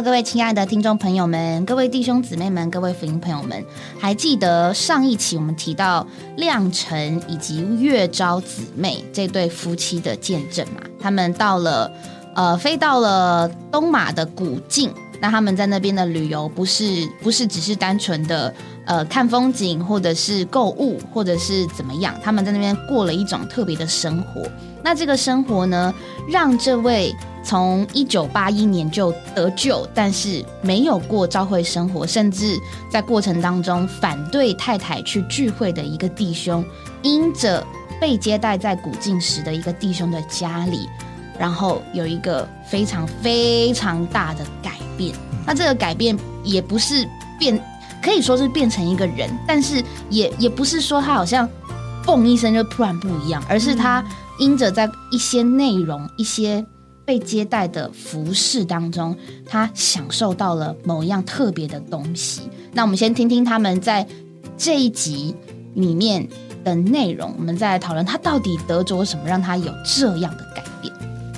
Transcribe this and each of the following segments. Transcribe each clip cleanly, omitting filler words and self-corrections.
各位亲爱的听众朋友们，各位弟兄姊妹们，各位福音朋友们，还记得上一期我们提到亮辰以及月昭姊妹这对夫妻的见证嘛？他们飞到了东马的古晋，那他们在那边的旅游不是只是单纯的看风景，或者是购物，或者是怎么样，他们在那边过了一种特别的生活。那这个生活呢，让这位从1981年就得救，但是没有过教会生活，甚至在过程当中反对太太去聚会的一个弟兄，因着被接待在古晋时的一个弟兄的家里，然后有一个非常非常大的改变。那这个改变也不是可以说是变成一个人，但是也不是说他好像蹦一声就突然不一样，而是他因着在一些内容、一些被接待的服事当中，他享受到了某一样特别的东西。那我们先听听他们在这一集里面的内容，我们再来讨论他到底得着什么，让他有这样的改变。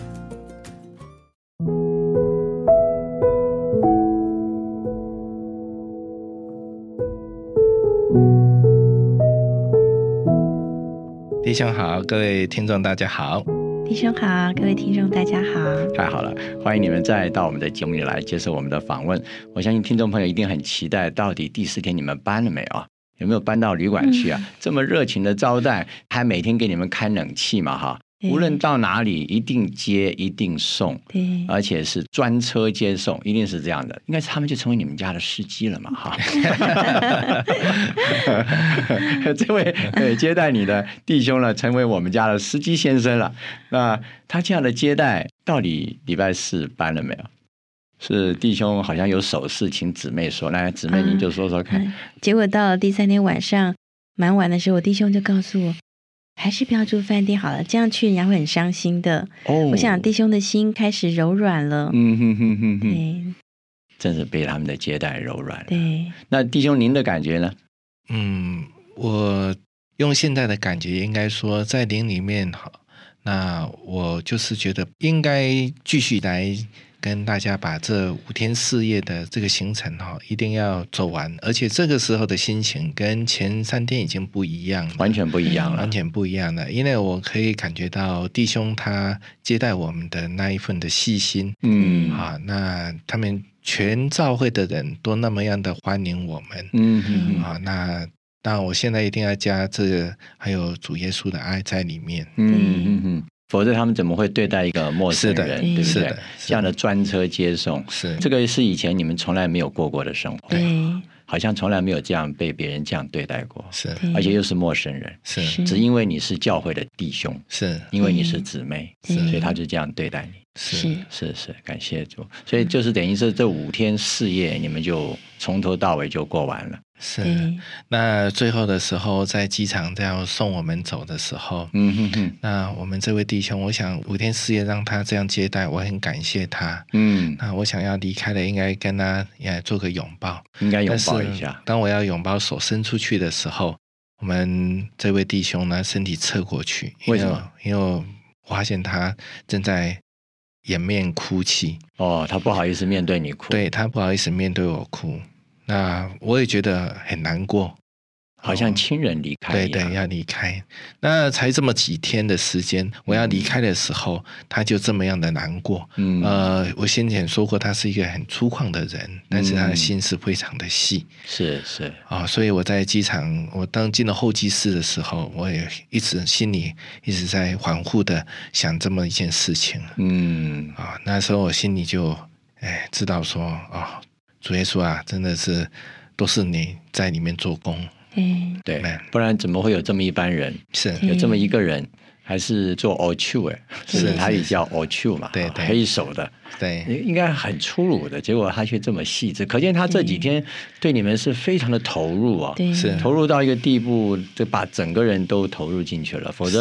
弟兄好，各位听众大家好。 弟兄好，各位听众大家好。 太好了，欢迎你们再到我们的节目里来接受我们的访问。我相信听众朋友一定很期待，到底第4天你们搬了没有？有没有搬到旅馆去啊？这么热情的招待，还每天给你们开冷气嘛哈？无论到哪里一定接一定送， 对， 而且是专车接送，一定是这样的。应该是他们就成为你们家的司机了嘛哈。这位接待你的弟兄呢，成为我们家的司机先生了。那他这样的接待，到底礼拜4搬了没有？是弟兄好像有手势，请姊妹说，来，姊妹您就说说看。 结果到了第3天晚上蛮晚的时候，我弟兄就告诉我，还是不要住饭店好了，这样去人家会很伤心的。我想弟兄的心开始柔软了。对， 真是被他们的接待柔软了。 对， 那弟兄您的感觉呢？ 我用现在的感觉应该说，在灵里面那我就是觉得应该继续来跟大家把这5天4夜的这个行程一定要走完，而且这个时候的心情跟前3天已经不一样了， 完全不一样了， 完全不一样了。因为我可以感觉到弟兄他接待我们的那一份的细心，那他们全教会的人都那么样的欢迎我们，那当然我现在一定要加这个还有主耶稣的爱在里面， 否则他们怎么会对待一个陌生人，对不对？这样的专车接送，这个是以前你们从来没有过的生活， 对， 好像从来没有这样被别人这样对待过，而且又是陌生人，只因为你是教会的弟兄，因为你是姊妹，所以他就这样对待你。是，感谢主。所以就是等于是这5天4夜，你们就从头到尾就过完了。 那最后的时候，在机场这样送我们走的时候，那我们这位弟兄，我想5天4夜让他这样接待，我很感谢他。那我想要离开了，应该跟他也做个拥抱， 应该拥抱一下。 当我要拥抱手伸出去的时候，我们这位弟兄呢，身体侧过去。 为什么？ 因为我发现他正在掩面哭泣。 他不好意思面对你哭。 对，他不好意思面对我哭。那我也觉得很难过， 好像亲人离开一样。 对，要离开。那才这么几天的时间，我要离开的时候，他就这么样的难过。我先前说过，他是一个很粗犷的人，但是他的心是非常的细。所以我在机场，我当进了候机室的时候，我也心里一直在反复的想这么一件事情。那时候我心里就知道说，主耶稣啊，真的是都是你在里面做工。 对，不然怎么会有这么一班人？有这么一个人，还是做偶手他也叫偶手嘛，对，黑手的，对，应该很粗鲁的，结果他却这么细致，可见他这几天对你们是非常的投入啊，投入到一个地步，就把整个人都投入进去了，否则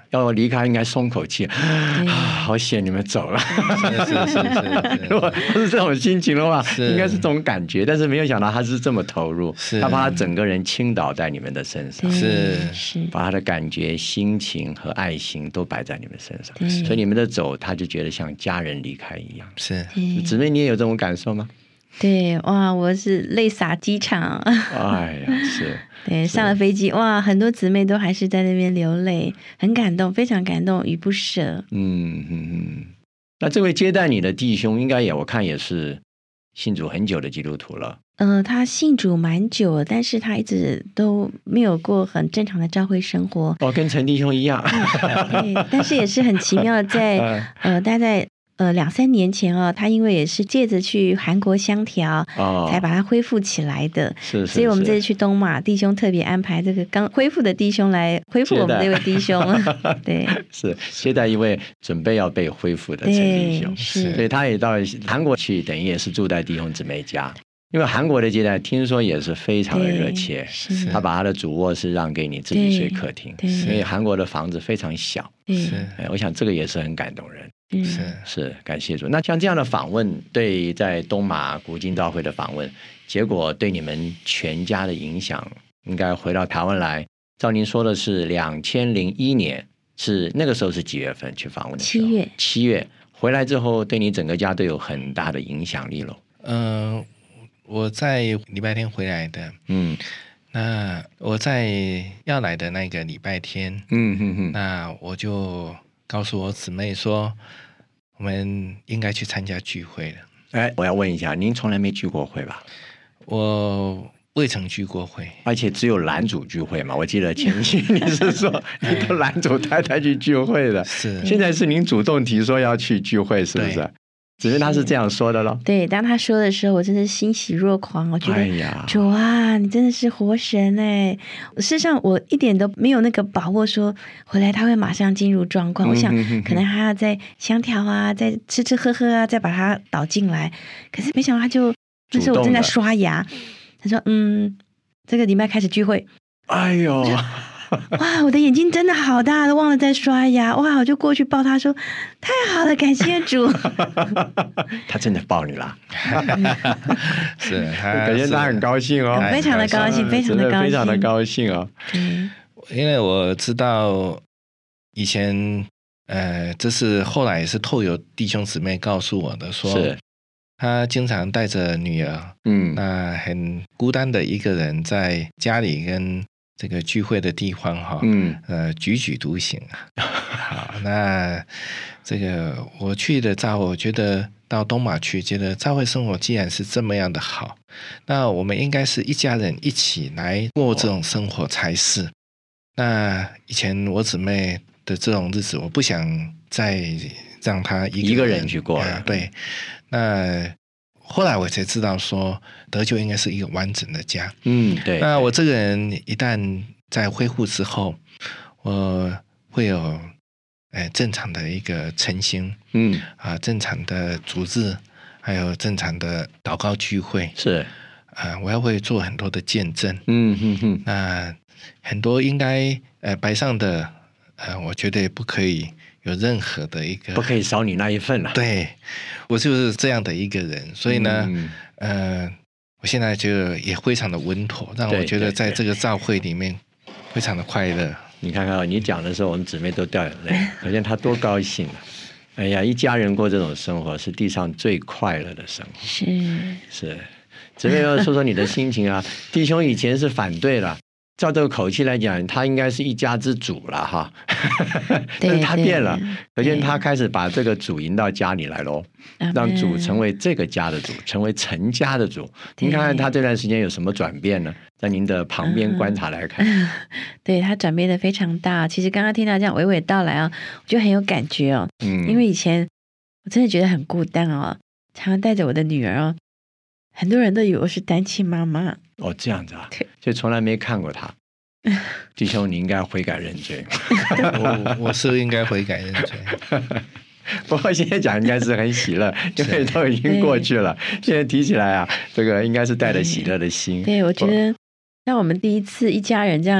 要离开应该松口气好险你们走了。 是。 如果是这种心情的话，应该是这种感觉，但是没有想到他是这么投入，他把他整个人倾倒在你们的身上， 是把他的感觉、心情和爱心都摆在你们身上，所以你们的走，他就觉得像家人离开一样。 是， 姊妹，你也有这种感受吗？ 对，哇，我是泪洒机场。 哎呀，是。 对，上了飞机，哇，很多姊妹都还是在那边流泪，很感动，非常感动，与不舍。 那这位接待你的弟兄，应该我看也是信主很久的基督徒了。 他信主蛮久了，但是他一直都没有过很正常的教会生活。 跟陈弟兄一样。 对，但是也是很奇妙的，在大概在2-3年前他因为也是借着去韩国香调才把它恢复起来的。 是。 所以我们这次去东马，弟兄特别安排这个刚恢复的弟兄来恢复我们这位弟兄。对， 是接待一位准备要被恢复的陈弟兄。 是， 所以他也到韩国去，等于也是住在弟兄姊妹家。因为韩国的接待听说也是非常的热切，他把他的主卧室让给你自己睡客厅，因为韩国的房子非常小。我想这个也是很感动人。是，感谢主。那像这样的访问，对在东马古今教会的访问，结果对你们全家的影响，应该回到台湾来。照您说的是2001年，是那个时候是几月份去访问的时候？7月回来之后，对你整个家都有很大的影响力咯。 我在礼拜天回来的。那我在要来的那个礼拜天，那我就告诉我姊妹说，我们应该去参加聚会了。 我要问一下，您从来没聚过会吧？ 我未曾聚过会， 而且只有男主聚会嘛。我记得前期你是说你的男主太太去聚会的， 是。 现在是您主动提说要去聚会，是不是？只是他是这样说的咯。 对，当他说的时候，我真的欣喜若狂。我觉得，主啊，你真的是活神哎！事实上，我一点都没有那个把握说回来他会马上进入状况。我想，可能还要再香调啊，再吃吃喝喝啊，再把他导进来。可是没想到他就那时候我正在刷牙，他说：“这个礼拜开始聚会。” 哎呦！ 哇，我的眼睛真的好大，都忘了在刷牙。哇，我就过去抱他说：“太好了，感谢主。” 他真的抱你了。 是， 感觉他很高兴哦， 非常的高兴，非常的高兴， 非常的高兴哦。 因为我知道以前这是后来也是透有弟兄姊妹告诉我的，说是他经常带着女儿，那很孤单的一个人在家里跟这个聚会的地方踽踽独行。好，那这个我去的我觉得到东马去，觉得教会生活既然是这么样的好，那我们应该是一家人一起来过这种生活才是。那以前我姊妹的这种日子，我不想再让她一个人去过了。 对，那后来我才知道说，得救应该是一个完整的家。 对。 那我这个人一旦在恢复之后，我会有正常的一个晨星，正常的主日，还有正常的祷告聚会。 是。 我要会做很多的见证。那很多应该摆上的，我觉得不可以有任何的一个， 不可以少你那一份了。 对，我就是这样的一个人，所以呢，我现在就也非常的稳妥，让我觉得在这个教会里面非常的快乐。 你看看你讲的时候，我们姊妹都掉眼泪，可见她多高兴啊！哎呀，一家人过这种生活是地上最快乐的生活。是，姊妹要说说你的心情啊。弟兄以前是反对了。照这个口气来讲，他应该是一家之主了哈，但是他变了，可见他开始把这个主引到家里来咯，让主成为这个家的主，成为陈家的主。您看看他这段时间有什么转变呢？在您的旁边观察来看， 对，他转变的非常大。其实刚刚听到这样娓娓道来啊，我就很有感觉哦。因为以前我真的觉得很孤单哦，常常带着我的女儿哦，很多人都以为我是单亲妈妈。 这样子啊，所以从来没看过他。弟兄，你应该悔改认罪。 我是应该悔改认罪。 不过现在讲应该是很喜乐，因为都已经过去了。现在提起来啊，这个应该是带着喜乐的心。 对，我觉得让我们第一次一家人这样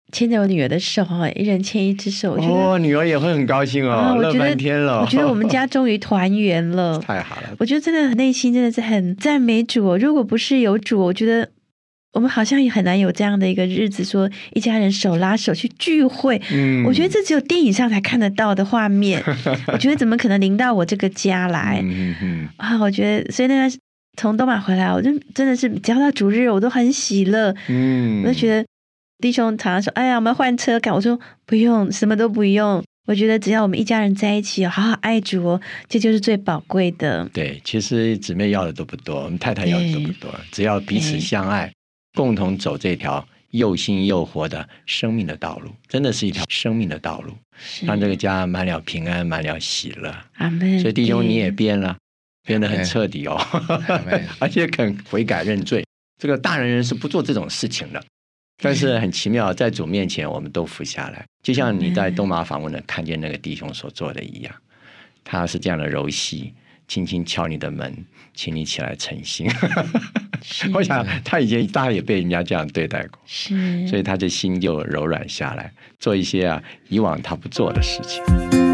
牵着我女儿的手，一人牵一只手，我觉得女儿也会很高兴哦，乐半天了。 我觉得我们家终于团圆了， 太好了！ 我觉得真的内心真的是很赞美主哦。如果不是有主，我觉得我们好像也很难有这样的一个日子，说一家人手拉手去聚会。我觉得这只有电影上才看得到的画面。我觉得怎么可能临到我这个家来？我觉得所以那段从东马回来，我就真的是只要到主日，我都很喜乐。我就觉得。弟兄常常说：“哎呀，我们换车赶。”我说：“不用，什么都不用。我觉得只要我们一家人在一起，好好爱主哦，这就是最宝贵的。” 对，其实姊妹要的都不多，我们太太要的都不多，只要彼此相爱，共同走这条又新又活的生命的道路，真的是一条生命的道路，让这个家满了平安，满了喜乐。 阿们。 所以弟兄你也变了，变得很彻底哦，而且肯悔改认罪。这个大人是不做这种事情的。但是很奇妙，在主面前我们都服下来，就像你在东马访问的看见那个弟兄所做的一样，他是这样的柔细，轻轻敲你的门，请你起来诚心。我想他以前大概也被人家这样对待过，所以他的心就柔软下来，做一些以往他不做的事情。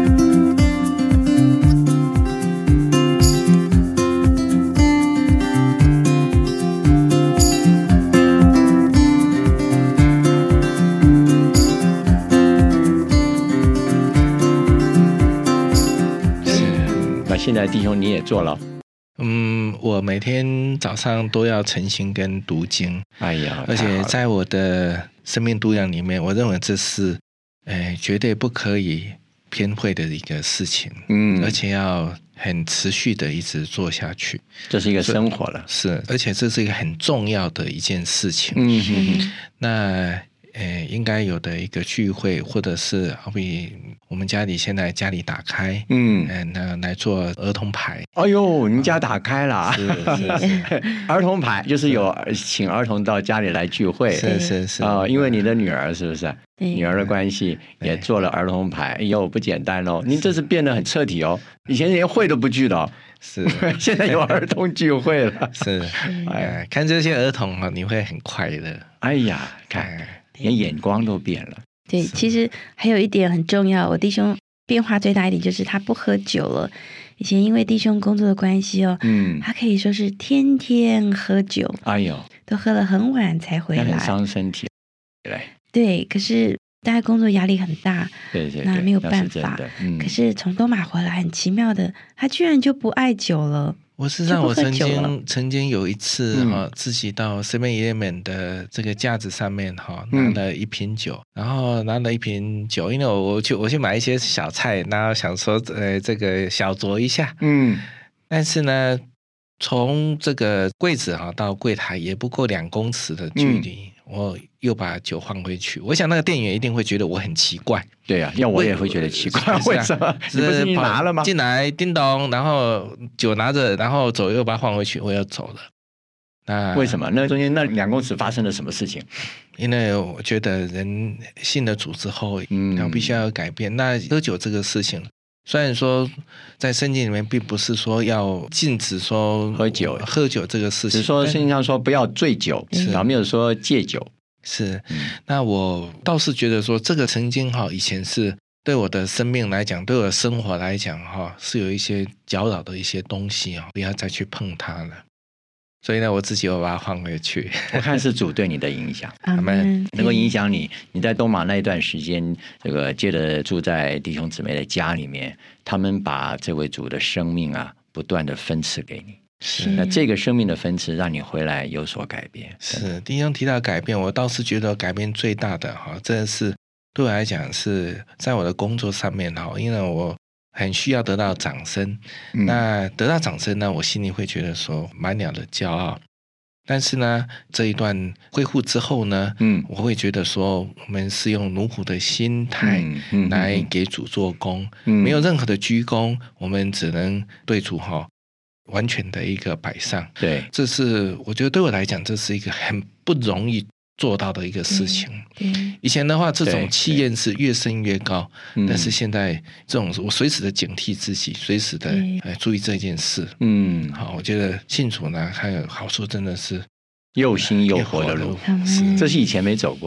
现在弟兄你也做了？ 我每天早上都要晨星跟读经。 哎呀， 而且在我的生命度量里面，我认为这是绝对不可以偏废的一个事情。而且要很持续的一直做下去， 这是一个生活了。 是，而且这是一个很重要的一件事情。那应该有的一个聚会，或者是好比我们家里现在家里打开，那来做儿童牌。 哎呦，你们家打开了， 是儿童牌就是有请儿童到家里来聚会， 是因为你的女儿是不是？女儿的关系也做了儿童牌，哎呦不简单哦，您这是变得很彻底哦，以前连会都不聚的哦。 是， 现在有儿童聚会了。 是，看这些儿童你会很快乐。 哎呀，看。连眼光都变了。 对，其实还有一点很重要，我弟兄变化最大一点就是他不喝酒了。以前因为弟兄工作的关系他可以说是天天喝酒， 哎呦， 都喝了很晚才回来， 很伤身体。 对，可是大家工作压力很大， 对， 那没有办法。可是从东马回来，很奇妙的，他居然就不爱酒了。 我曾经有一次自己到 7-Eleven 的这个架子上面拿了一瓶酒，然后拿了一瓶酒，因为我去买一些小菜，然后想说这个小酌一下，但是呢，从这个柜子到柜台也不过2公尺的距离，我又把酒放回去。我想那个店员一定会觉得我很奇怪。 对啊，要我也会觉得奇怪，为什么？你不是你拿了吗？ 进来叮咚，然后酒拿着，然后走又把它放回去，我又走了。那为什么？那中间那2公尺发生了什么事情？ 因为我觉得人信了主之后，必须要改变。那喝酒这个事情，虽然说在圣经里面并不是说要禁止说喝酒这个事情， 只说圣经上说不要醉酒，然后没有说戒酒。 是，那我倒是觉得说这个曾经以前是对我的生命来讲，对我的生活来讲是有一些搅扰的一些东西不要再去碰它了。所以呢，我自己又把它放回去。 我看是主对你的影响，能够影响你。你在东马那一段时间，这个接着住在弟兄姊妹的家里面，他们把这位主的生命不断的分赐给你。 是， 那这个生命的分赐让你回来有所改变。 是，弟兄提到改变，我倒是觉得改变最大的真的是对我来讲是在我的工作上面因为我很需要得到掌声。那得到掌声呢，我心里会觉得说满了的骄傲。但是呢，这一段恢复之后呢，我会觉得说我们是用奴仆的心态来给主做工，没有任何的居功，我们只能对主完全的一个摆上。 对， 这是我觉得对我来讲，这是一个很不容易做到的一个事情。以前的话，这种气焰是越升越高，但是现在这种我随时的警惕自己，随时的注意这件事。好，我觉得信主呢，还有好处真的是又新又活的路，这是以前没走过的。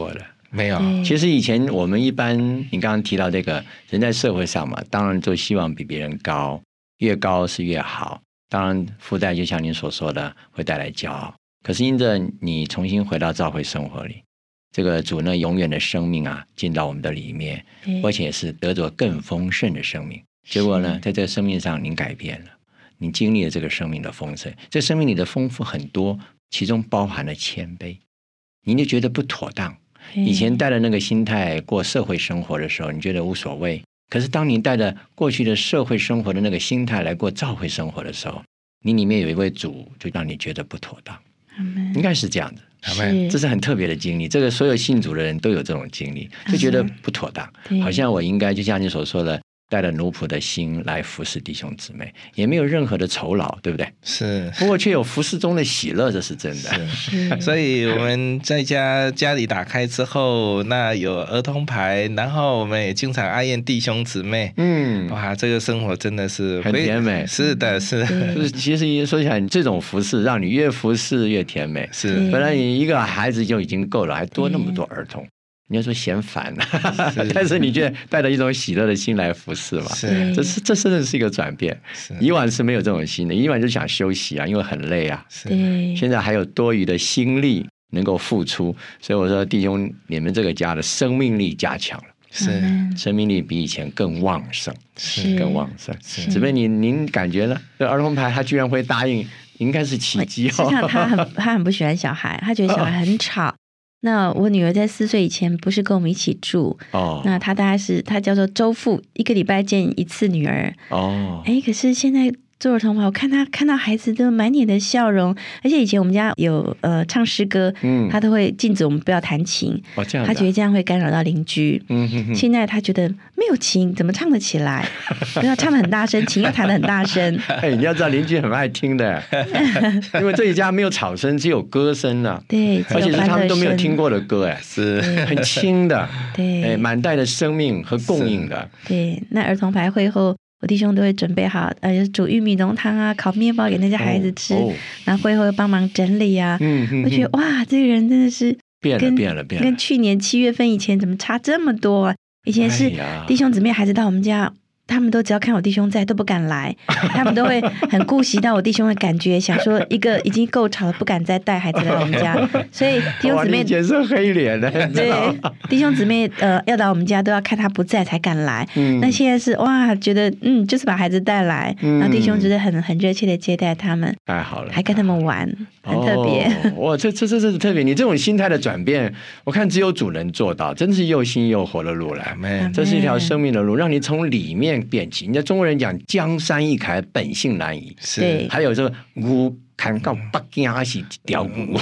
没有。 其实以前我们一般，你刚刚提到这个人在社会上嘛，当然都希望比别人高，越高是越好。当然附带就像您所说的，会带来骄傲。可是因着你重新回到教会生活里，这个主呢永远的生命啊进到我们的里面，而且是得着更丰盛的生命。结果呢，在这个生命上您改变了，你经历了这个生命的丰盛，这生命里的丰富很多，其中包含了谦卑。您就觉得不妥当，以前带着那个心态过社会生活的时候，你觉得无所谓。可是当你带着过去的社会生活的那个心态来过教会生活的时候，你里面有一位主，就让你觉得不妥当。应该是这样的，这是很特别的经历。这个所有信主的人都有这种经历，就觉得不妥当，好像我应该就像你所说的，带着奴仆的心来服侍弟兄姊妹，也没有任何的酬劳，对不对？ 是， 不过却有服侍中的喜乐，这是真的。 所以我们在家里打开之后，那有儿童牌，然后我们也经常爱宴弟兄姊妹。哇，这个生活真的是很甜美。 是的，是的。 就是其实说起来，这种服侍让你越服侍越甜美。 是， 本来你一个孩子就已经够了，还多那么多儿童。你要说嫌烦但是你觉得带着一种喜乐的心来服侍嘛？这真的是一个转变。以往是没有这种心的，以往就想休息啊，因为很累啊。现在还有多余的心力能够付出，所以我说弟兄，你们这个家的生命力加强了，生命力比以前更旺盛，更旺盛。姊妹，您感觉呢？这儿童牌他居然会答应，应该是奇迹哦。 实际上他很不喜欢小孩，他觉得小孩很吵。那我女儿在4岁以前不是跟我们一起住那她大概是她叫做周父，1个礼拜见一次女儿可是现在做儿童牌，我看到孩子都满脸的笑容，而且以前我们家有唱诗歌，他都会禁止我们不要弹琴，他觉得这样会干扰到邻居。现在他觉得没有琴怎么唱得起来，不要唱得很大声，琴要弹得很大声。 你要知道邻居很爱听的，因为这一家没有吵声，只有歌声啊。 对， 而且是他们都没有听过的歌，是很轻的， 对， 满带的生命和供应的。 对，那儿童牌会后，我弟兄都会准备好，煮玉米浓汤啊，烤面包给那些孩子吃，然后会后帮忙整理啊。我觉得哇，这个人真的是变了， 跟去年7月份以前怎么差这么多啊？以前是弟兄姊妹孩子到我们家，他们都只要看我弟兄在都不敢来，他们都会很顾惜到我弟兄的感觉，想说一个已经够吵了，不敢再带孩子来我们家，所以弟兄姊妹以前是黑脸的， 对，弟兄姊妹要来我们家都要看他不在才敢来。那现在是哇，觉得就是把孩子带来，然后弟兄觉得很热切的接待他们， 太好了， 还跟他们玩，很特别。 哇，这是特别，你这种心态的转变，我看只有主能做到，真是又新又活的路来。这是一条生命的路，让你从里面变起。人家中国人讲江山易改，本性难移。 对， 还有这个牛看到北京还是一条牛，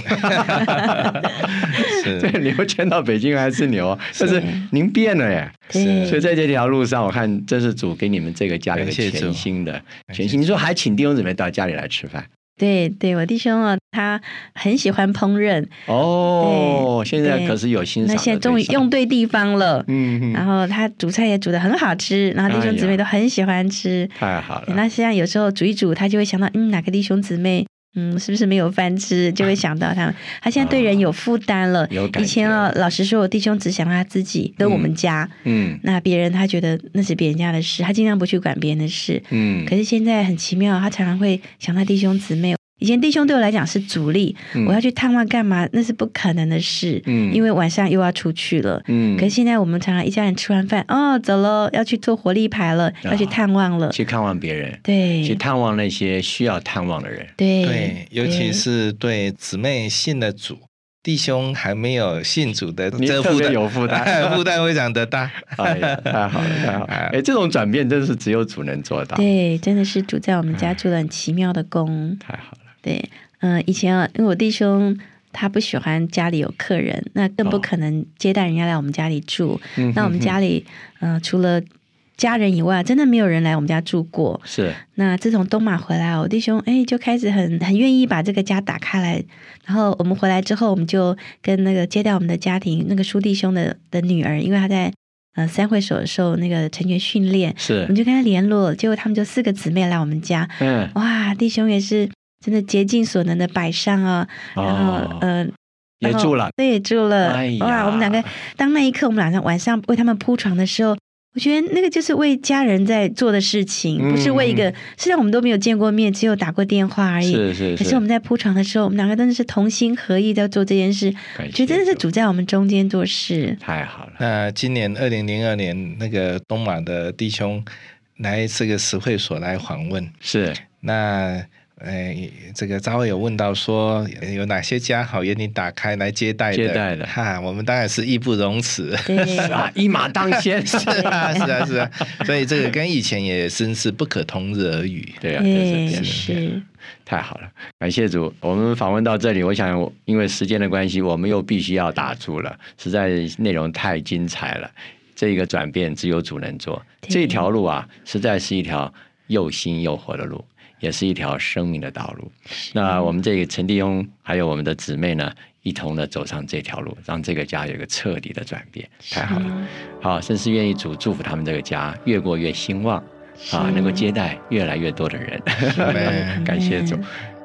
对，牛牵到北京还是牛，但是您变了耶。所以在这条路上，我看真是主给你们这个家有个全新的。你说还请弟兄姊妹到家里来吃饭？ 对，我弟兄他很喜欢烹饪现在可是有欣赏的对象， 那现在终于用对地方了。然后他煮菜也煮得很好吃，然后弟兄姊妹都很喜欢吃， 太好了。 那现在有时候煮一煮，他就会想到哪个弟兄姊妹是不是没有饭吃，就会想到他们。他现在对人有负担了，以前老实说，我弟兄只想到他自己跟我们家，那别人他觉得那是别人家的事，他尽量不去管别人的事。可是现在很奇妙，他常常会想到弟兄姊妹。以前弟兄对我来讲是阻力，我要去探望干嘛，那是不可能的事，因为晚上又要出去了。可是现在我们常常一家人吃完饭，走了，要去做活力牌了，要去探望了， 去看望别人， 对， 去探望那些需要探望的人， 对，尤其是对姊妹信了主，弟兄还没有信主的， 这特别有负担， 负担非常的大。 哎呀，太好了，太好了！这种转变真是只有主能做到。 对，真的是主在我们家做了很奇妙的工。 太好了。 对，以前因为我弟兄他不喜欢家里有客人，那更不可能接待人家来我们家里住。那我们家里除了家人以外，真的没有人来我们家住过。 是。 那自从东马回来，我弟兄就开始很愿意把这个家打开来。然后我们回来之后，我们就跟那个接待我们的家庭那个舒弟兄的女儿，因为他在三会所受那个成全训练， 是， 我们就跟他联络，结果他们就4个姊妹来我们家。哇，弟兄也是真的竭尽所能的摆上然后也住了， 对，也住了。哇，我们两个当那一刻，我们两个晚上为他们铺床的时候，我觉得那个就是为家人在做的事情，不是为一个。虽然我们都没有见过面，只有打过电话而已。 是。 可是我们在铺床的时候，我们两个真的是同心合意在做这件事，觉得真的是主在我们中间做事， 太好了。 那今年2002年，那个东马的弟兄来这个实会所来访问， 是那。这个张伟有问到说有哪些家好愿意打开来接待的哈，我们当然是义不容辞， 一马当先， 是啊，所以这个跟以前也真是不可同日而语。 对啊，是太好了，感谢主。我们访问到这里，我想因为时间的关系，我们又必须要打住了，实在内容太精彩了。这个转变只有主能做，这条路啊，实在是一条又新又活的路。也是一条生命的道路。那我们这个陈弟兄还有我们的姊妹呢，一同的走上这条路，让这个家有一个彻底的转变，太好了。好，真是愿意主祝福他们这个家越过越兴旺啊，能够接待越来越多的人。感谢主。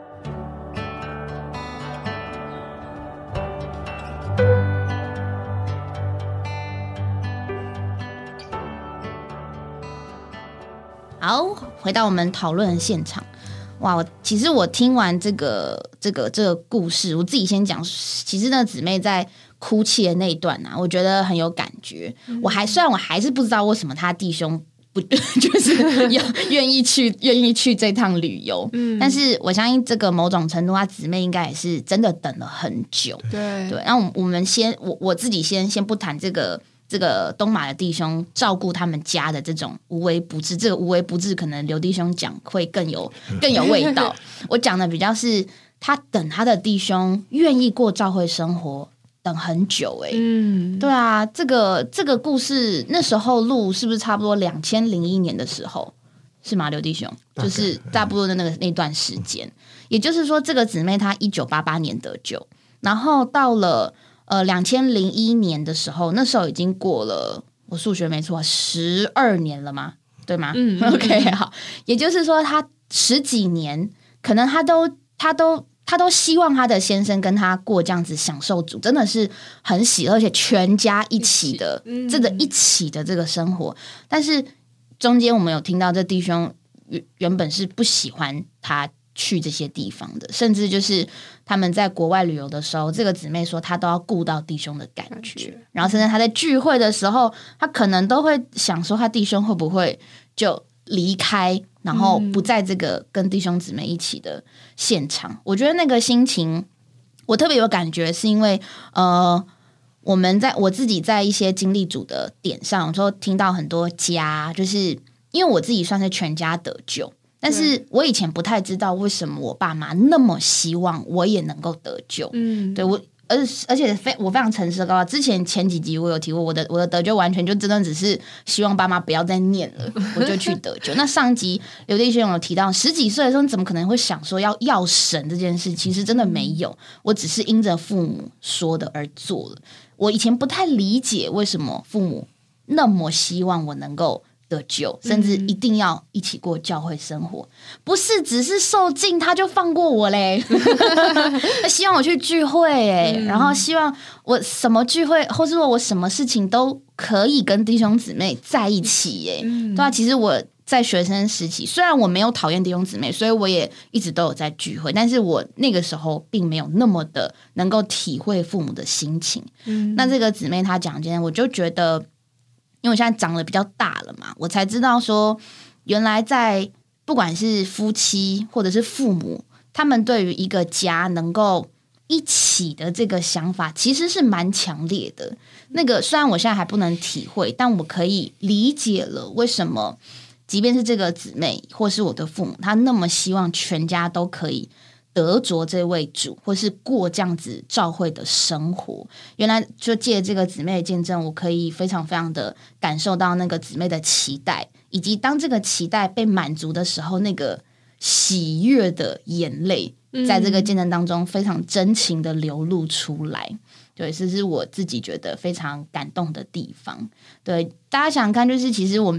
好，回到我们讨论的现场。哇，其实我听完这个故事，我自己先讲。其实那姊妹在哭泣的那一段啊，我觉得很有感觉。虽然我还是不知道为什么他弟兄不就是愿意去这趟旅游，但是我相信这个某种程度，他姊妹应该也是真的等了很久。对，那我们我自己先不谈这个东马的弟兄照顾他们家的这种无微不至，这个无微不至可能刘弟兄讲会更有味道。我讲的比较是他等他的弟兄愿意过教会生活等很久。对啊，这个故事那时候录是不是差不多2001年的时候是吗？刘弟兄就是差不多的那段时间，也就是说这个姊妹她1988年得救，然后到了2001年的时候，那时候已经过了，我数学没错，12年了吗？对吗？OK， 好，也就是说，他10几年，可能他都希望他的先生跟他过这样子享受主，真的是很喜乐，而且全家一起的一起的这个生活。但是中间我们有听到这弟兄原本是不喜欢他去这些地方的，甚至就是他们在国外旅游的时候，这个姊妹说她都要顾到弟兄的感觉，然后甚至她在聚会的时候，她可能都会想说她弟兄会不会就离开，然后不在这个跟弟兄姊妹一起的现场。我觉得那个心情我特别有感觉，是因为我自己在一些经历主的点上，有时候听到很多家，就是因为我自己算是全家得救，但是我以前不太知道为什么我爸妈那么希望我也能够得救。对我，而且我非常诚实的告诉他，之前前几集我有提过，我的得救完全就真的只是希望爸妈不要再念了，我就去得救。那上集刘弟兄有提到，10几岁的时候你怎么可能会想说要神这件事？其实真的没有，我只是因着父母说的而做了。我以前不太理解为什么父母那么希望我能够得救，甚至一定要一起过教会生活，不是只是受浸他就放过我嘞。他希望我去聚会然后希望我什么聚会，或是说我什么事情都可以跟弟兄姊妹在一起对啊，其实我在学生时期，虽然我没有讨厌弟兄姊妹，所以我也一直都有在聚会，但是我那个时候并没有那么的能够体会父母的心情。那这个姊妹她讲今天，我就觉得因为我现在长得比较大了嘛，我才知道说原来在不管是夫妻或者是父母，他们对于一个家能够一起的这个想法其实是蛮强烈的。那个虽然我现在还不能体会，但我可以理解了为什么即便是这个姊妹或是我的父母，他那么希望全家都可以得着这位主，或是过这样子教会的生活。原来就借这个姊妹的见证，我可以非常非常的感受到那个姊妹的期待，以及当这个期待被满足的时候，那个喜悦的眼泪在这个见证当中非常真情的流露出来。对，这是我自己觉得非常感动的地方。对，大家想看，就是其实我们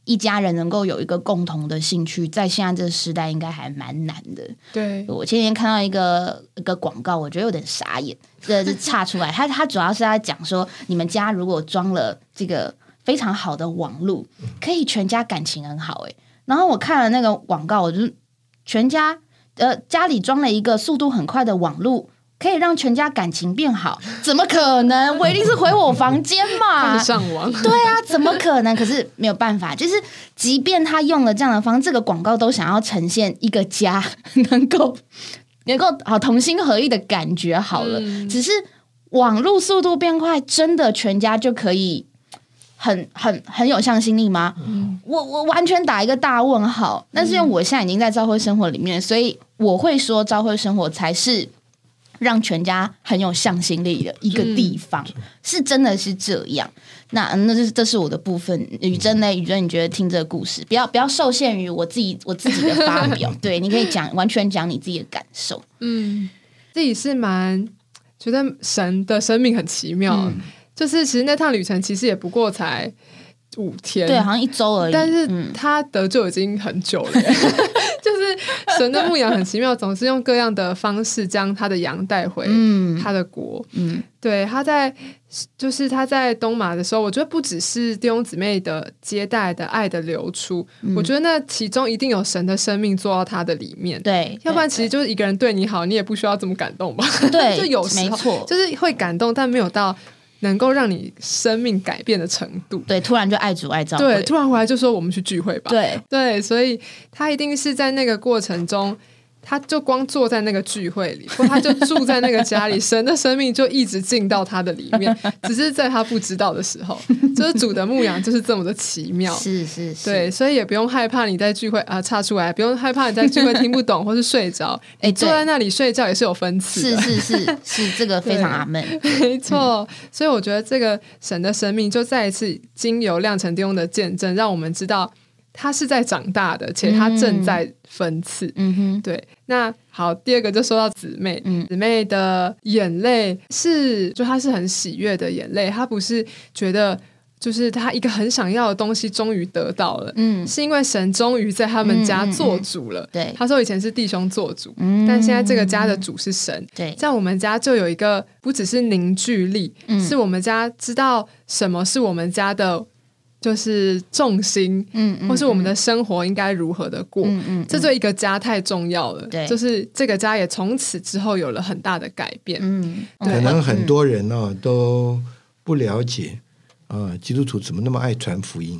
一家人能够有一个共同的兴趣，在现在这个时代应该还蛮难的。 对， 我前天看到一个广告，我觉得有点傻眼，这是岔出来。他主要是在讲说，你们家如果装了这个非常好的网路，可以全家感情很好。然后我看了那个广告，我就全家家里装了一个速度很快的网路，可以让全家感情变好，怎么可能？我一定是回我房间嘛， 上网。 对啊，怎么可能？可是没有办法，就是即便他用了这样的方式，这个广告都想要呈现一个家能够好同心合意的感觉好了。只是网络速度变快，真的全家就可以很有向心力吗？我完全打一个大问号。但是因为我现在已经在教会生活里面，所以我会说教会生活才是让全家很有向心力的一个地方，是真的是这样。那这是我的部分。宇珍呢？宇珍，你觉得听这个故事，不要受限于我自己的发表，对，你可以完全讲你自己的感受。 自己是蛮觉得神的生命很奇妙。就是其实那趟旅程其实也不过才5天， 对，好像1周而已。 但是他得救已经很久了。就是神的牧养很奇妙，总是用各样的方式将他的羊带回他的国。对，他在东马的时候，我觉得不只是弟兄姊妹的接待的爱的流出，我觉得那其中一定有神的生命做到他的里面。 对， 要不然其实就是一个人对你好，你也不需要这么感动吧？ 对， 就有时候没错， 就是会感动，但没有到能够让你生命改变的程度。 对，突然就爱主爱教会， 对，突然回来就说我们去聚会吧。 对， 所以他一定是在那个过程中，他就光坐在那个聚会里，或他就住在那个家里，神的生命就一直进到他的里面，只是在他不知道的时候，就是主的牧养就是这么的奇妙。 是， 对，所以也不用害怕你在聚会岔出来，不用害怕你在聚会听不懂或是睡着。你坐在那里睡觉也是有分次的。 是，这个非常阿们， 没错。所以我觉得这个神的生命就再一次经由亮成弟兄的见证，让我们知道他是在长大的，且他正在分次。对。那好，第二个就说到姊妹，姊妹的眼泪就她是很喜悦的眼泪，她不是觉得就是她一个很想要的东西终于得到了，是因为神终于在他们家做主了。 对， 他说以前是弟兄做主，但现在这个家的主是神。 对， 在我们家就有一个不只是凝聚力，是我们家知道什么是我们家的就是重心，或是我们的生活应该如何的过，这对一个家太重要了。对，就是这个家也从此之后有了很大的改变。 可能很多人都不了解基督徒怎么那么爱传福音。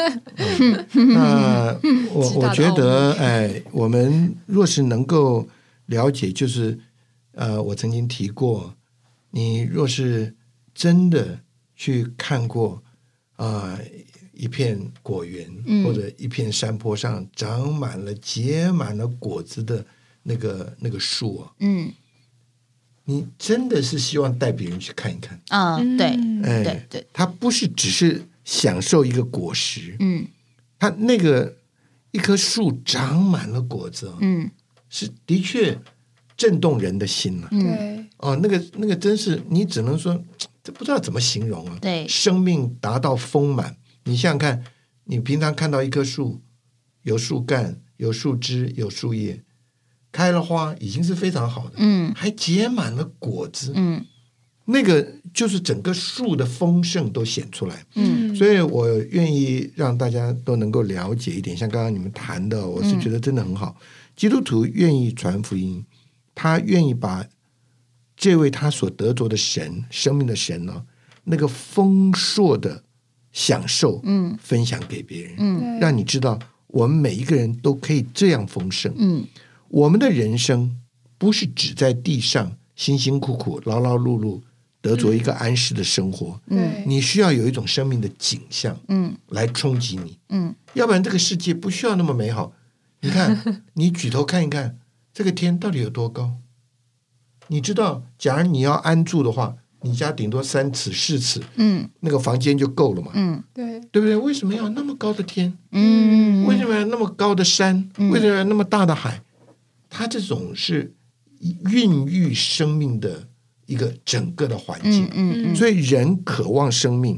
那我觉得我们若是能够了解，就是我曾经提过，你若是真的去看过一片果园，或者一片山坡上长满了结满了果子的那个树你真的是希望带别人去看一看。 对， 他不是只是享受一个果实，他那个一棵树长满了果子，是的确震动人的心了。那个真是你只能说这不知道怎么形容啊。 对， 生命达到丰满。你想想看，你平常看到一棵树，有树干，有树枝，有树叶，开了花，已经是非常好的，还结满了果子，那个就是整个树的丰盛都显出来。所以我愿意让大家都能够了解一点，像刚刚你们谈的，我是觉得真的很好。基督徒愿意传福音，他愿意把这位他所得着的神，生命的神呢，那个丰硕的享受分享给别人，让你知道我们每一个人都可以这样丰盛。我们的人生不是只在地上辛辛苦苦劳劳碌碌得着一个安适的生活，你需要有一种生命的景象来冲击你，要不然这个世界不需要那么美好。你看你举头看一看这个天到底有多高，你知道假如你要安住的话，你家顶多3尺4尺，那个房间就够了嘛， 对不对？为什么要那么高的天？为什么要那么高的山？为什么要那么大的海？它这种是孕育生命的一个整个的环境，所以人渴望生命，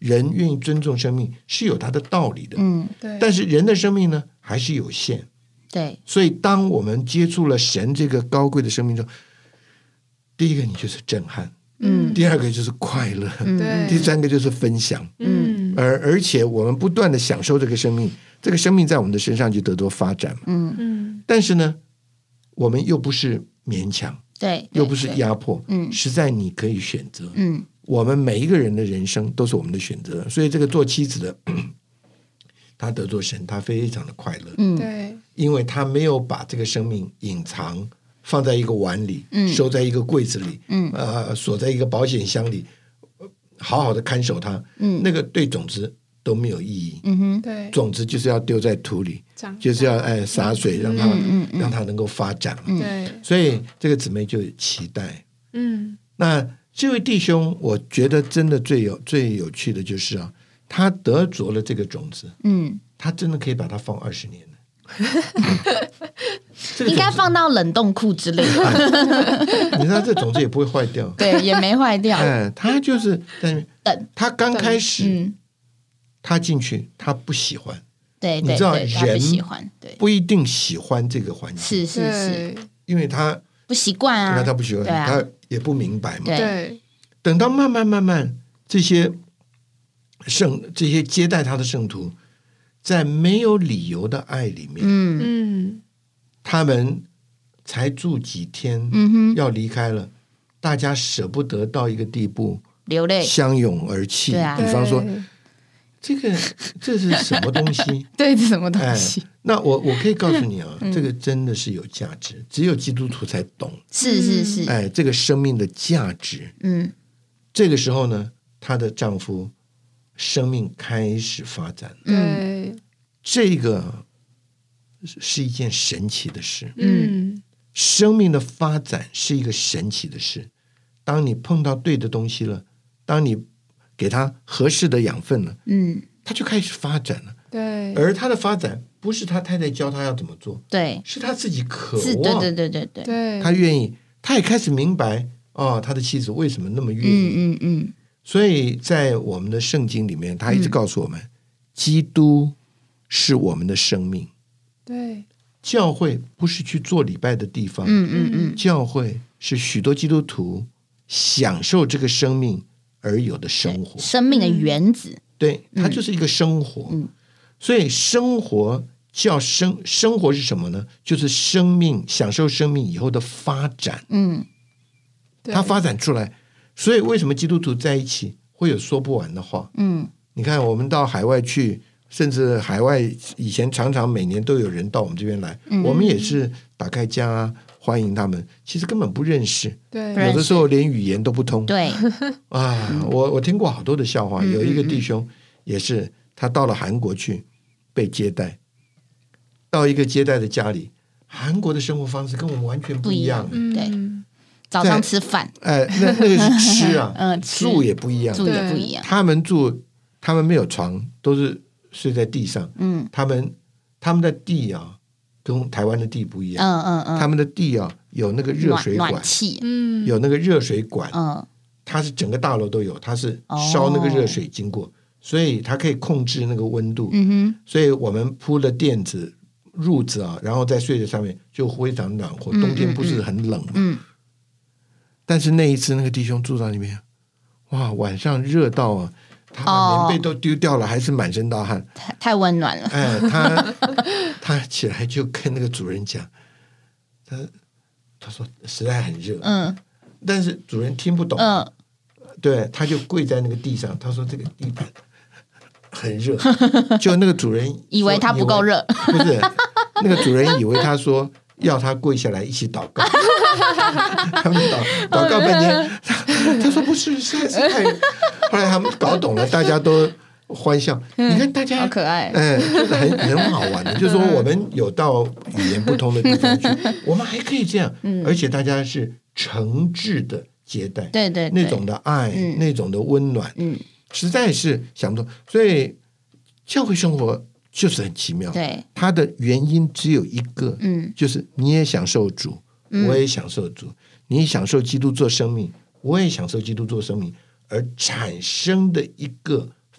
人愿意尊重生命是有它的道理的， 对。 但是人的生命呢还是有限， 对。 所以当我们接触了神这个高贵的生命中，第一个你就是震撼，第二个就是快乐，第三个就是分享，而且我们不断的享受这个生命，这个生命在我们的身上就得到发展嘛，但是呢，我们又不是勉强， 对， 又不是压迫，实在你可以选择，我们每一个人的人生都是我们的选择，所以这个做妻子的，他得做神，他非常的快乐， 对， 因为他没有把这个生命隐藏，放在一个碗里，收在一个柜子里，锁在一个保险箱里，好好的看守它，那个对种子都没有意义， 对， 种子就是要丢在土里，就是要洒水，让它能够发展， 对， 所以这个姊妹就有期待，那这位弟兄，我觉得真的最有趣的就是啊，他得着了这个种子，他真的可以把它放20年了。 应该放到冷冻库之类的， 你知道这种子也不会坏掉， 对，也没坏掉。 他就是在等， 他刚开始，他进去，他不喜欢， 对， 你知道人不一定喜欢这个环境， 是， 因为他不习惯啊， 他不喜欢，他也不明白嘛， 对。 等到慢慢这些接待他的圣徒，在没有理由的爱里面，他们才住几天，要离开了，大家舍不得到一个地步， 流泪， 相拥而泣。比方说，这是什么东西？ 对，这什么东西？ 那我可以告诉你啊，这个真的是有价值，只有基督徒才懂。 是， 这个生命的价值。这个时候呢，她的丈夫生命开始发展。这个是一件神奇的事。生命的发展是一个神奇的事。当你碰到对的东西了，当你给他合适的养分了，他就开始发展了。 对， 而他的发展不是他太太教他要怎么做， 对， 是他自己渴望， 对， 他愿意，他也开始明白他的妻子为什么那么愿意。所以在我们的圣经里面，他一直告诉我们，基督是我们的生命。 对， 教会不是去做礼拜的地方，教会是许多基督徒享受这个生命而有的生活， 生命的原子。 对，它就是一个生活。所以生活生活是什么呢？就是生命，享受生命以后的发展。它发展出来，所以为什么基督徒在一起会有说不完的话？你看我们到海外去，甚至海外以前常常每年都有人到我们这边来，我们也是打开家欢迎他们，其实根本不认识， 对， 有的时候连语言都不通。 对我听过好多的笑话，有一个弟兄也是，他到了韩国去被接待，到一个接待的家里，韩国的生活方式跟我们完全不一样。 对，早上吃饭， 那个是吃啊，住也不一样，他们没有床，都是睡在地上。他们的地啊，跟台湾的地不一样。他们的地啊，有那个热水管， 暖气， 有那个热水管。它是整个大楼都有，它是烧那个热水经过，所以它可以控制那个温度。所以我们铺了垫子、褥子啊，然后再睡在上面，就非常暖和。冬天不是很冷嘛。但是那一次，那个弟兄住在那边，哇，晚上热到啊，他把棉被都丢掉了，还是满身大汗， 太温暖了。 他起来就跟那个主人讲，他说实在很热。但是主人听不懂。对，他就跪在那个地上，他说这个地板很热，就那个主人以为他不够热， 不是那个主人以为他说要他跪下来一起祷告。他们祷告半天，他说不是，实在是太。后来他们搞懂了，大家都欢笑。你看大家好可爱， 就是很好玩的。就是说我们有到语言不通的地方去，我们还可以这样，而且大家是诚挚的接待， 对， 那种的爱，那种的温暖，实在是想不通。所以教会生活就是很奇妙， 对， 它的原因只有一个，就是你也享受主，我也享受主，你享受基督做生命，我也享受基督做生命，而产生的一个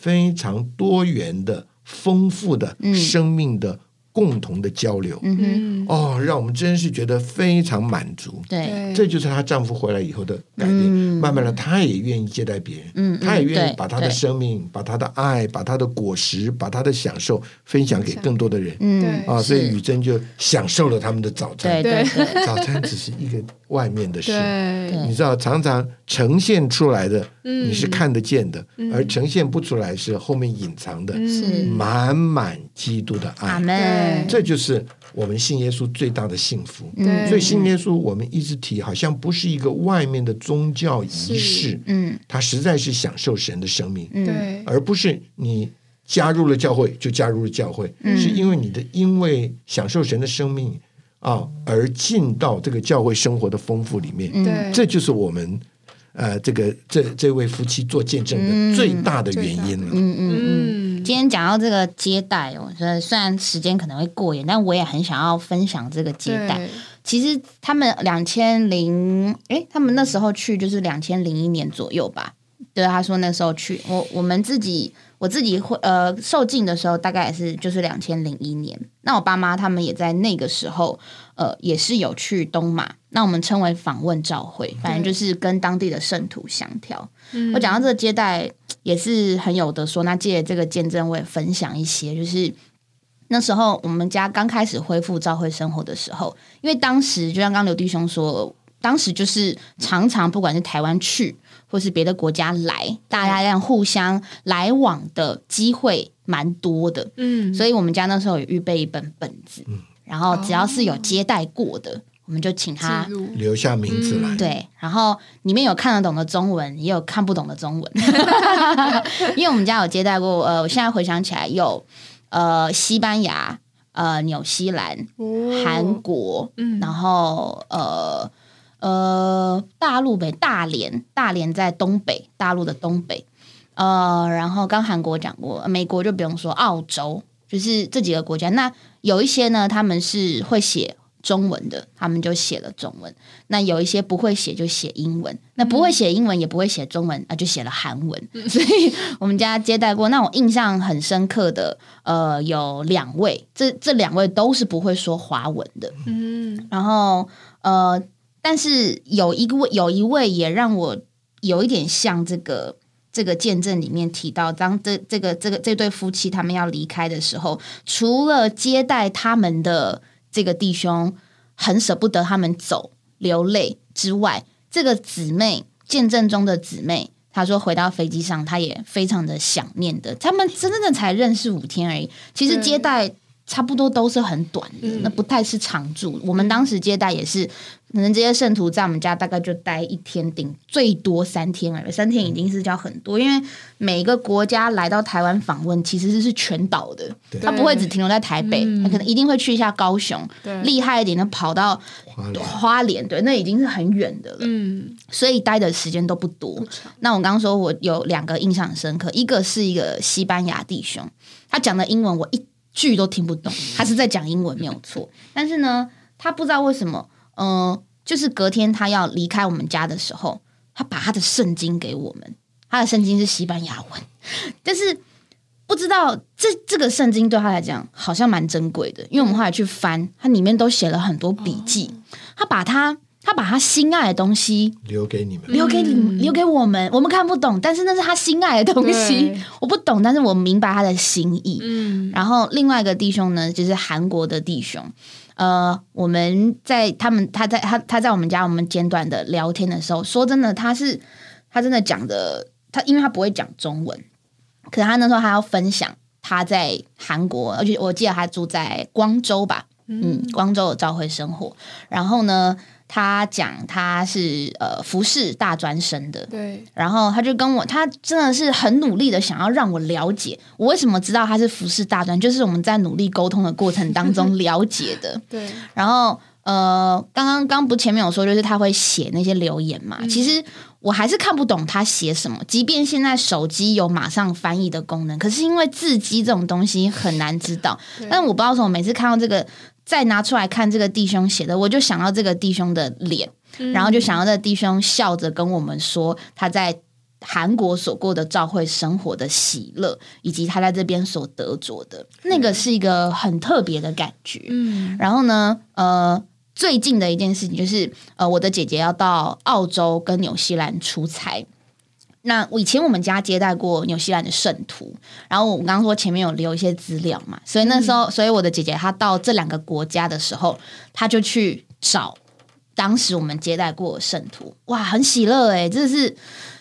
非常多元的、丰富的生命的共同的交流。让我们真是觉得非常满足。 对， 这就是她丈夫回来以后的改变。慢慢的，她也愿意接待别人，她也愿意把她的生命、把她的爱、把她的果实、把她的享受分享给更多的人。所以宇珍就享受了他们的早餐。 对， 早餐只是一个外面的事，你知道，常常呈现出来的你是看得见的，而呈现不出来是后面隐藏的，满满基督的爱。 阿们， 这就是我们信耶稣最大的幸福。所以信耶稣我们一直提，好像不是一个外面的宗教仪式，它实在是享受神的生命，而不是你加入了教会就加入了教会，是因为因为享受神的生命而进到这个教会生活的丰富里面。这就是我们这位夫妻做见证的最大的原因了。 今天讲到这个接待，我觉得虽然时间可能会过远，但我也很想要分享这个接待。其实他们他们那时候去就是2001年左右吧。对，他说那时候去，我自己受浸的时候大概也是就是2001年。那我爸妈他们也在那个时候也是有去东马，那我们称为访问教会，反正就是跟当地的圣徒相调。我讲到这个接待也是很有的说，那借这个见证我也分享一些，就是那时候我们家刚开始恢复教会生活的时候，因为当时就像刚刘弟兄说，当时就是常常不管是台湾去或是别的国家来，大家这样互相来往的机会蛮多的。所以我们家那时候有预备一本子，然后只要是有接待过的，我们就请他留下名字来。 对，然后里面有看得懂的中文，也有看不懂的中文。因为我们家有接待过，我现在回想起来有西班牙、纽西兰、韩国，然后大陆大连在东北，大陆的东北。然后刚韩国讲过，美国就不用说，澳洲就是这几个国家。那有一些呢，他们是会写中文的，他们就写了中文。那有一些不会写就写英文，那不会写英文也不会写中文，就写了韩文。所以我们家接待过，那我印象很深刻的有2位，这2位都是不会说华文的。然后但是有一位也让我有一点像这个见证里面提到，当这对夫妻他们要离开的时候，除了接待他们的这个弟兄很舍不得他们走流泪之外，这个姊妹见证中的姊妹，她说回到飞机上她也非常的想念的。他们真的才认识5天而已，其实接待差不多都是很短的，那不太是常住。我们当时接待也是，可能这些圣徒在我们家大概就待1天，顶最多3天而已。3天已经是叫很多，因为每个国家来到台湾访问其实是全岛的，他不会只停留在台北，他可能一定会去一下高雄，厉害一点的跑到花莲，对，那已经是很远的了。所以待的时间都不多。那我刚刚说我有2个印象很深刻，一个是一个西班牙弟兄，他讲的英文我一句都听不懂，他是在讲英文没有错，但是呢，他不知道为什么，就是隔天他要离开我们家的时候，他把他的圣经给我们，他的圣经是西班牙文，但是不知道这个圣经对他来讲好像蛮珍贵的，因为我们后来去翻，它里面都写了很多笔记，他把他心爱的东西留给你们， 留给我们，我们看不懂，但是那是他心爱的东西，我不懂，但是我明白他的心意。然后另外一个弟兄呢，就是韩国的弟兄，我们在他在我们家我们简短的聊天的时候，说真的，他真的讲的，因为他不会讲中文，可是他那时候还要分享他在韩国，而且我记得他住在光州吧，光州的教会生活，然后呢。他讲他是服侍大专生的， 对， 然后他就跟我，他真的是很努力的想要让我了解我为什么知道他是服侍大专，就是我们在努力沟通的过程当中了解的。 对， 然后刚不前面有说，就是他会写那些留言嘛，其实我还是看不懂他写什么，即便现在手机有马上翻译的功能，可是因为字迹这种东西很难知道，但是我不知道为什么每次看到这个。再拿出来看这个弟兄写的，我就想到这个弟兄的脸，然后就想到这个弟兄笑着跟我们说他在韩国所过的教会生活的喜乐，以及他在这边所得着的，那个是一个很特别的感觉。然后呢，最近的一件事情就是，我的姐姐要到澳洲跟纽西兰出差。那以前我们家接待过纽西兰的圣徒，然后我刚刚说前面有留一些资料嘛，所以那时候，所以我的姐姐她到这2个国家的时候，她就去找当时我们接待过的圣徒，哇，很喜乐欸，这是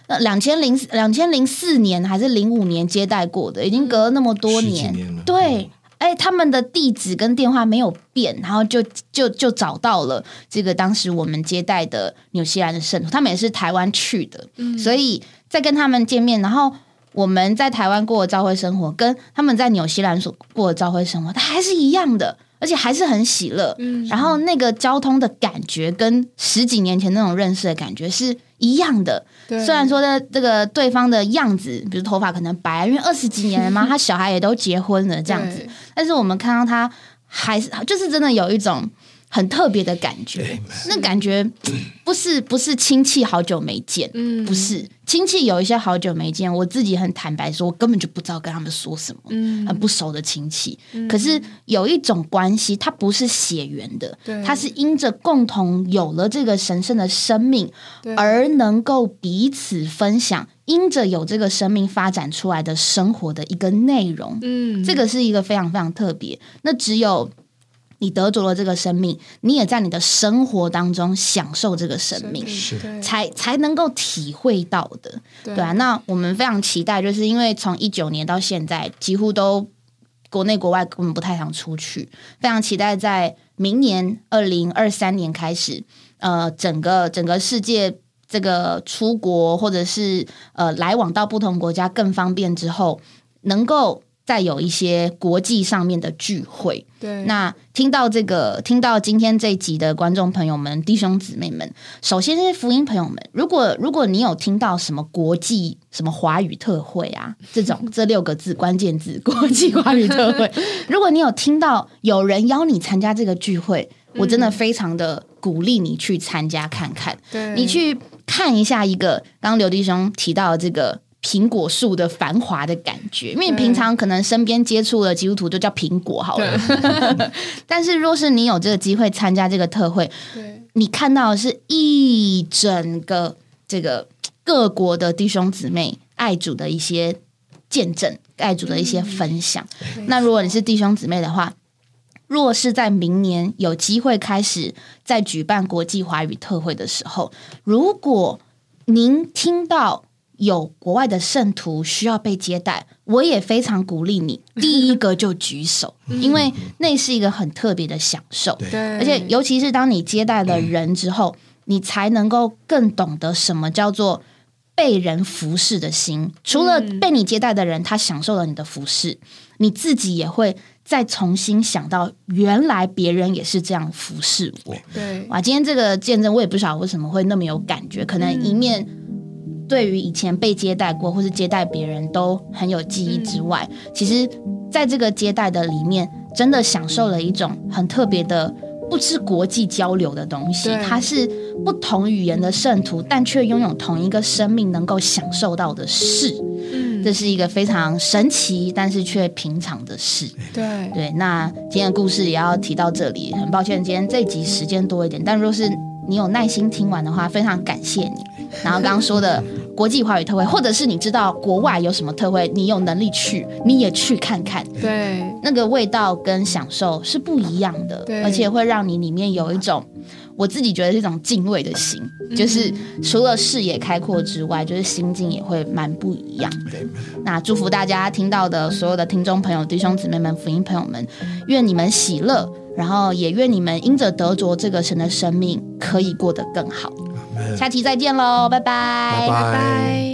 2004年还是05年接待过的，已经隔了那么多年，对。他们的地址跟电话没有变，然后就找到了这个当时我们接待的纽西兰的圣徒，他们也是台湾去的，所以在跟他们见面，然后我们在台湾过的教会生活，跟他们在纽西兰所过的教会生活，它还是一样的，而且还是很喜乐。然后那个交通的感觉跟10几年前那种认识的感觉是一样的。虽然说的这个对方的样子，比如头发可能白，因为20几年了嘛，他小孩也都结婚了这样子，但是我们看到他还是就是真的有一种很特别的感觉，那感觉不是亲戚好久没见，不是亲戚有一些好久没见，我自己很坦白说，我根本就不知道跟他们说什么，很不熟的亲戚。可是有一种关系，它不是血缘的，它是因着共同有了这个神圣的生命，而能够彼此分享。因着有这个生命发展出来的生活的一个内容，这个是一个非常非常特别。那只有你得着了这个生命，你也在你的生活当中享受这个生命，才能够体会到的，对啊。那我们非常期待，就是因为从19年到现在，几乎都国内国外根本不太常出去，非常期待在明年2023年开始，整个世界。这个出国或者是来往到不同国家更方便之后，能够再有一些国际上面的聚会。对，那听到今天这一集的观众朋友们、弟兄姊妹们，首先是福音朋友们，如果你有听到什么国际什么华语特会啊这6个字关键字国际华语特会，如果你有听到有人邀你参加这个聚会，我真的非常的鼓励你去参加看看，你去看一下一个刚刚刘弟兄提到的这个苹果树的繁华的感觉，因为你平常可能身边接触的基督徒就叫苹果好了，但是若是你有这个机会参加这个特会，你看到的是一整个这个各国的弟兄姊妹爱主的一些见证，爱主的一些分享。那如果你是弟兄姊妹的话，若是在明年有机会开始在举办国际华语特会的时候，如果您听到有国外的圣徒需要被接待，我也非常鼓励你第一个就举手，因为那是一个很特别的享受，而且尤其是当你接待了人之后，你才能够更懂得什么叫做被人服侍的心。除了被你接待的人他享受了你的服侍，你自己也会再重新想到原来别人也是这样服侍我。对，哇，今天这个见证我也不晓得为什么会那么有感觉，可能一面对于以前被接待过或是接待别人都很有记忆之外，其实在这个接待的里面真的享受了一种很特别的不是国际交流的东西，它是不同语言的圣徒但却拥有同一个生命能够享受到的事。这是一个非常神奇但是却平常的事。对，那今天的故事也要提到这里，很抱歉今天这一集时间多一点，但若是你有耐心听完的话，非常感谢你。然后刚刚说的国际华语特会，或者是你知道国外有什么特会，你有能力去，你也去看看。对，那个味道跟享受是不一样的，而且会让你里面有一种，我自己觉得是一种敬畏的心，就是除了视野开阔之外，就是心境也会蛮不一样的。那祝福大家听到的所有的听众朋友、弟兄姊妹们、福音朋友们，愿你们喜乐，然后也愿你们因着得着这个神的生命，可以过得更好。下期再见喽，拜拜，拜拜。